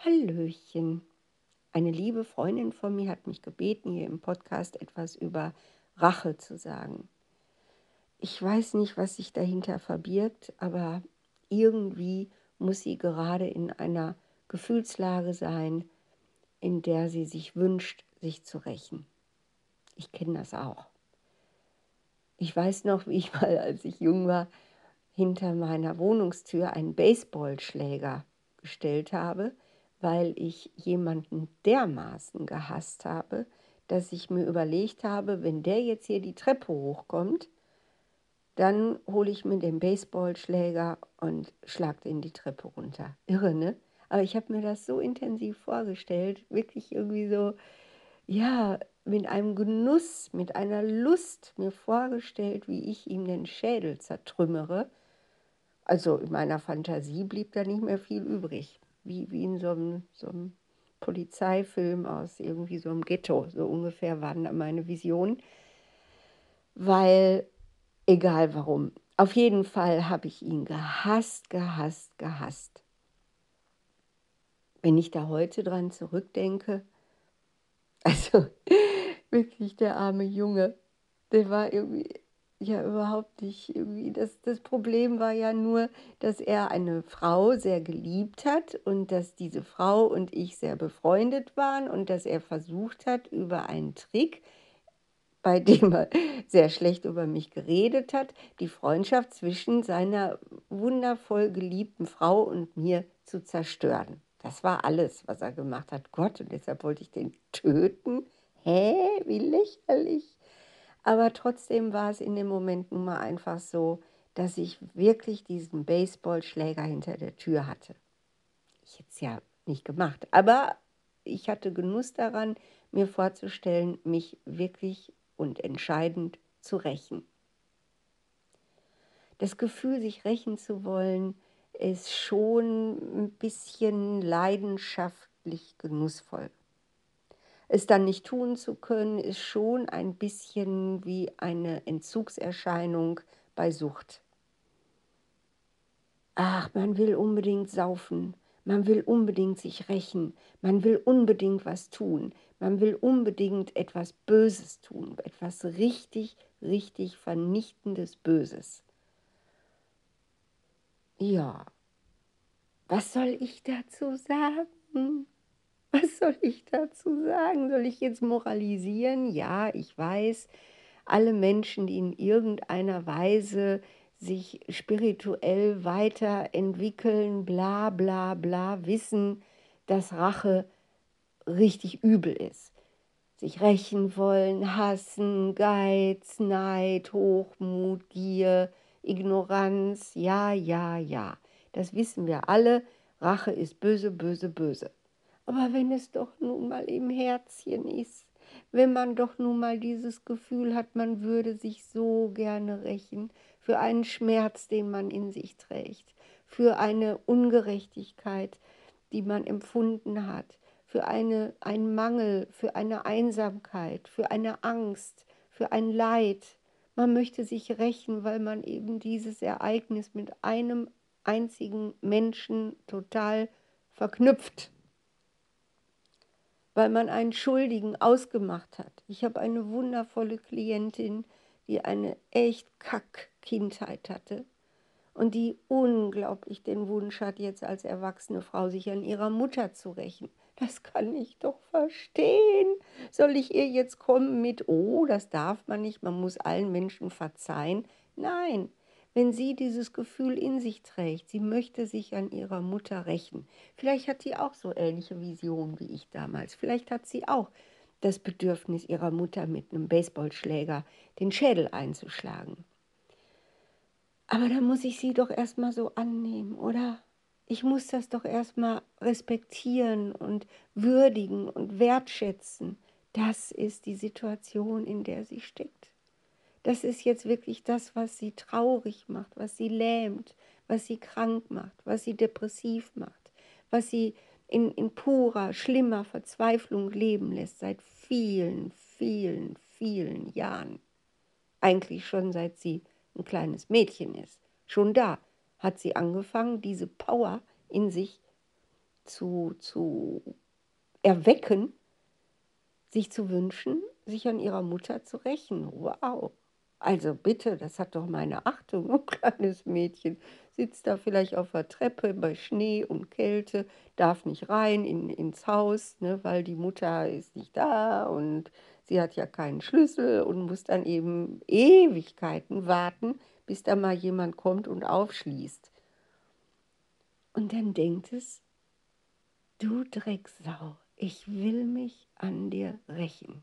Hallöchen. Eine liebe Freundin von mir hat mich gebeten, hier im Podcast etwas über Rache zu sagen. Ich weiß nicht, was sich dahinter verbirgt, aber irgendwie muss sie gerade in einer Gefühlslage sein, in der sie sich wünscht, sich zu rächen. Ich kenne das auch. Ich weiß noch, wie ich mal, als ich jung war, hinter meiner Wohnungstür einen Baseballschläger gestellt habe, weil ich jemanden dermaßen gehasst habe, dass ich mir überlegt habe, wenn der jetzt hier die Treppe hochkommt, dann hole ich mir den Baseballschläger und schlage den die Treppe runter. Irre, ne? Aber ich habe mir das so intensiv vorgestellt, wirklich irgendwie so, ja, mit einem Genuss, mit einer Lust mir vorgestellt, wie ich ihm den Schädel zertrümmere. Also in meiner Fantasie blieb da nicht mehr viel übrig. Wie in so einem Polizeifilm aus irgendwie so einem Ghetto. So ungefähr waren da meine Visionen. Weil, egal warum, auf jeden Fall habe ich ihn gehasst, gehasst, gehasst. Wenn ich da heute dran zurückdenke, also wirklich der arme Junge, der war irgendwie ja überhaupt nicht irgendwie. Das Problem war ja nur, dass er eine Frau sehr geliebt hat und dass diese Frau und ich sehr befreundet waren und dass er versucht hat, über einen Trick, bei dem er sehr schlecht über mich geredet hat, die Freundschaft zwischen seiner wundervoll geliebten Frau und mir zu zerstören. Das war alles, was er gemacht hat. Gott, und deshalb wollte ich den töten. Hä? Wie lächerlich. Aber trotzdem war es in dem Moment nun mal einfach so, dass ich wirklich diesen Baseballschläger hinter der Tür hatte. Ich hätte es ja nicht gemacht, aber ich hatte Genuss daran, mir vorzustellen, mich wirklich und entscheidend zu rächen. Das Gefühl, sich rächen zu wollen, ist schon ein bisschen leidenschaftlich genussvoll. Es dann nicht tun zu können, ist schon ein bisschen wie eine Entzugserscheinung bei Sucht. Ach, man will unbedingt saufen, man will unbedingt sich rächen, man will unbedingt was tun, man will unbedingt etwas Böses tun, etwas richtig, richtig vernichtendes Böses. Ja, was soll ich dazu sagen? Was soll ich dazu sagen? Soll ich jetzt moralisieren? Ja, ich weiß, alle Menschen, die in irgendeiner Weise sich spirituell weiterentwickeln, bla bla bla, wissen, dass Rache richtig übel ist. Sich rächen wollen, hassen, Geiz, Neid, Hochmut, Gier, Ignoranz, ja, ja, ja. Das wissen wir alle. Rache ist böse, böse, böse. Aber wenn es doch nun mal im Herzchen ist, wenn man doch nun mal dieses Gefühl hat, man würde sich so gerne rächen für einen Schmerz, den man in sich trägt, für eine Ungerechtigkeit, die man empfunden hat, für einen Mangel, für eine Einsamkeit, für eine Angst, für ein Leid. Man möchte sich rächen, weil man eben dieses Ereignis mit einem einzigen Menschen total verknüpft, weil man einen Schuldigen ausgemacht hat. Ich habe eine wundervolle Klientin, die eine echt Kack-Kindheit hatte und die unglaublich den Wunsch hat, jetzt als erwachsene Frau sich an ihrer Mutter zu rächen. Das kann ich doch verstehen. Soll ich ihr jetzt kommen mit, oh, das darf man nicht, man muss allen Menschen verzeihen? Nein, wenn sie dieses Gefühl in sich trägt, sie möchte sich an ihrer Mutter rächen. Vielleicht hat sie auch so ähnliche Visionen wie ich damals. Vielleicht hat sie auch das Bedürfnis, ihrer Mutter mit einem Baseballschläger den Schädel einzuschlagen. Aber dann muss ich sie doch erstmal so annehmen, oder? Ich muss das doch erstmal respektieren und würdigen und wertschätzen. Das ist die Situation, in der sie steckt. Das ist jetzt wirklich das, was sie traurig macht, was sie lähmt, was sie krank macht, was sie depressiv macht, was sie in purer, schlimmer Verzweiflung leben lässt seit vielen, vielen, vielen Jahren. Eigentlich schon seit sie ein kleines Mädchen ist. Schon da hat sie angefangen, diese Power in sich zu erwecken, sich zu wünschen, sich an ihrer Mutter zu rächen. Wow. Also bitte, das hat doch meine Achtung. Ein kleines Mädchen sitzt da vielleicht auf der Treppe bei Schnee und Kälte, darf nicht rein ins Haus, ne, weil die Mutter ist nicht da und sie hat ja keinen Schlüssel und muss dann eben Ewigkeiten warten, bis da mal jemand kommt und aufschließt. Und dann denkt es, du Drecksau, ich will mich an dir rächen.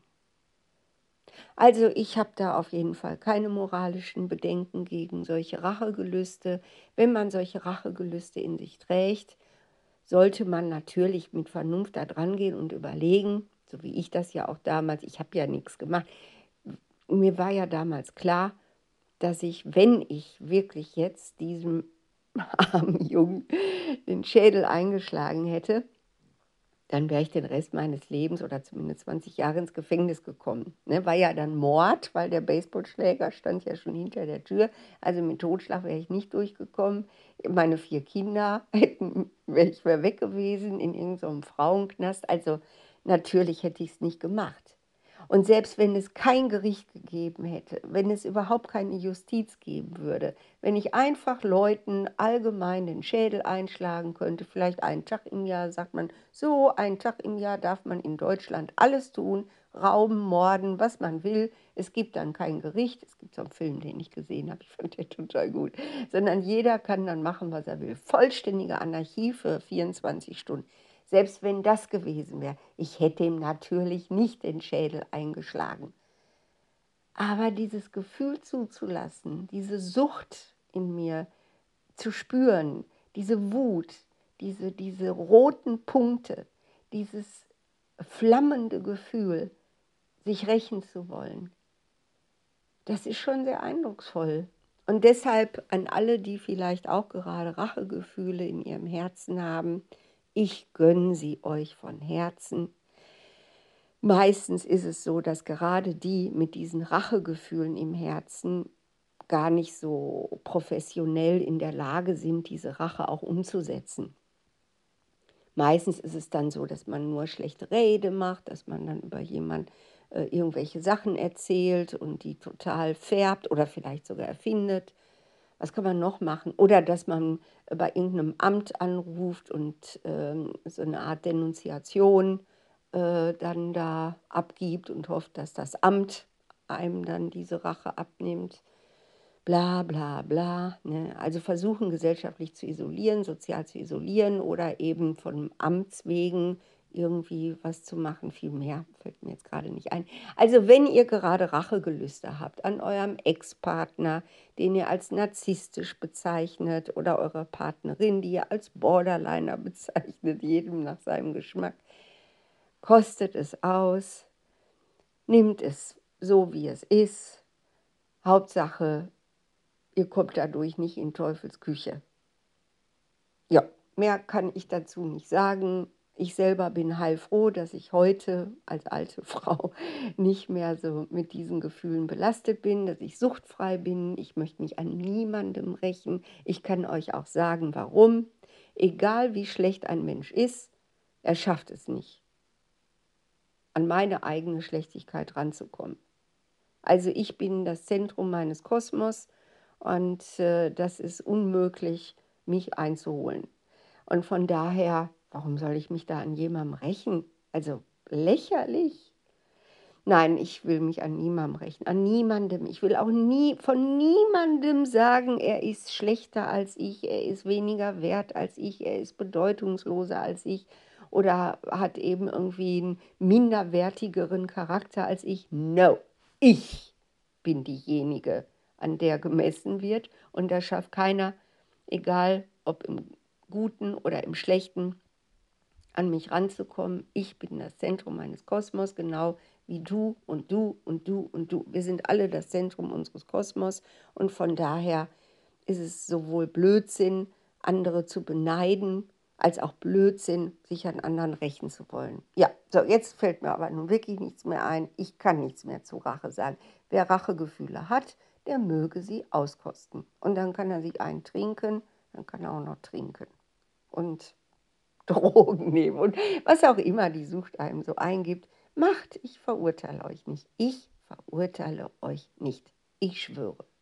Also ich habe da auf jeden Fall keine moralischen Bedenken gegen solche Rachegelüste. Wenn man solche Rachegelüste in sich trägt, sollte man natürlich mit Vernunft da dran gehen und überlegen, so wie ich das ja auch damals, ich habe ja nichts gemacht. Mir war ja damals klar, dass ich, wenn ich wirklich jetzt diesem armen Jungen den Schädel eingeschlagen hätte, dann wäre ich den Rest meines Lebens oder zumindest 20 Jahre ins Gefängnis gekommen. Ne, war ja dann Mord, weil der Baseballschläger stand ja schon hinter der Tür. Also mit Totschlag wäre ich nicht durchgekommen. Meine 4 Kinder wäre ich weg gewesen in irgendeinem Frauenknast. Also natürlich hätte ich es nicht gemacht. Und selbst wenn es kein Gericht gegeben hätte, wenn es überhaupt keine Justiz geben würde, wenn ich einfach Leuten allgemein den Schädel einschlagen könnte, vielleicht einen Tag im Jahr, sagt man, so einen Tag im Jahr darf man in Deutschland alles tun, rauben, morden, was man will. Es gibt dann kein Gericht. Es gibt so einen Film, den ich gesehen habe, ich fand den total gut, sondern jeder kann dann machen, was er will. Vollständige Anarchie für 24 Stunden. Selbst wenn das gewesen wäre, ich hätte ihm natürlich nicht den Schädel eingeschlagen. Aber dieses Gefühl zuzulassen, diese Sucht in mir zu spüren, diese Wut, diese roten Punkte, dieses flammende Gefühl, sich rächen zu wollen, das ist schon sehr eindrucksvoll. Und deshalb an alle, die vielleicht auch gerade Rachegefühle in ihrem Herzen haben, ich gönne sie euch von Herzen. Meistens ist es so, dass gerade die mit diesen Rachegefühlen im Herzen gar nicht so professionell in der Lage sind, diese Rache auch umzusetzen. Meistens ist es dann so, dass man nur schlechte Rede macht, dass man dann über jemanden irgendwelche Sachen erzählt und die total färbt oder vielleicht sogar erfindet. Was kann man noch machen? Oder dass man bei irgendeinem Amt anruft und so eine Art Denunziation dann da abgibt und hofft, dass das Amt einem dann diese Rache abnimmt. Bla bla bla. Ne? Also versuchen gesellschaftlich zu isolieren, sozial zu isolieren oder eben von Amts wegen irgendwie was zu machen. Viel mehr fällt mir jetzt gerade nicht ein. Also wenn ihr gerade Rachegelüste habt an eurem Ex-Partner, den ihr als narzisstisch bezeichnet, oder eure Partnerin, die ihr als Borderliner bezeichnet, jedem nach seinem Geschmack, kostet es aus, nimmt es so, wie es ist. Hauptsache, ihr kommt dadurch nicht in Teufels Küche. Ja, mehr kann ich dazu nicht sagen. Ich selber bin heilfroh, dass ich heute als alte Frau nicht mehr so mit diesen Gefühlen belastet bin, dass ich suchtfrei bin. Ich möchte mich an niemandem rächen. Ich kann euch auch sagen, warum. Egal wie schlecht ein Mensch ist, er schafft es nicht, an meine eigene Schlechtigkeit ranzukommen. Also ich bin das Zentrum meines Kosmos und das ist unmöglich, mich einzuholen. Und von daher, warum soll ich mich da an jemandem rächen? Also lächerlich. Nein, ich will mich an niemandem rächen, an niemandem. Ich will auch nie von niemandem sagen, er ist schlechter als ich, er ist weniger wert als ich, er ist bedeutungsloser als ich oder hat eben irgendwie einen minderwertigeren Charakter als ich. No, ich bin diejenige, an der gemessen wird und da schafft keiner, egal ob im Guten oder im Schlechten, an mich ranzukommen. Ich bin das Zentrum meines Kosmos, genau wie du und du und du und du. Wir sind alle das Zentrum unseres Kosmos und von daher ist es sowohl Blödsinn, andere zu beneiden, als auch Blödsinn, sich an anderen rächen zu wollen. Ja, so, jetzt fällt mir aber nun wirklich nichts mehr ein. Ich kann nichts mehr zu Rache sagen. Wer Rachegefühle hat, der möge sie auskosten. Und dann kann er sich einen trinken, dann kann er auch noch trinken. Und Drogen nehmen und was auch immer die Sucht einem so eingibt. Macht, ich verurteile euch nicht. Ich verurteile euch nicht. Ich schwöre.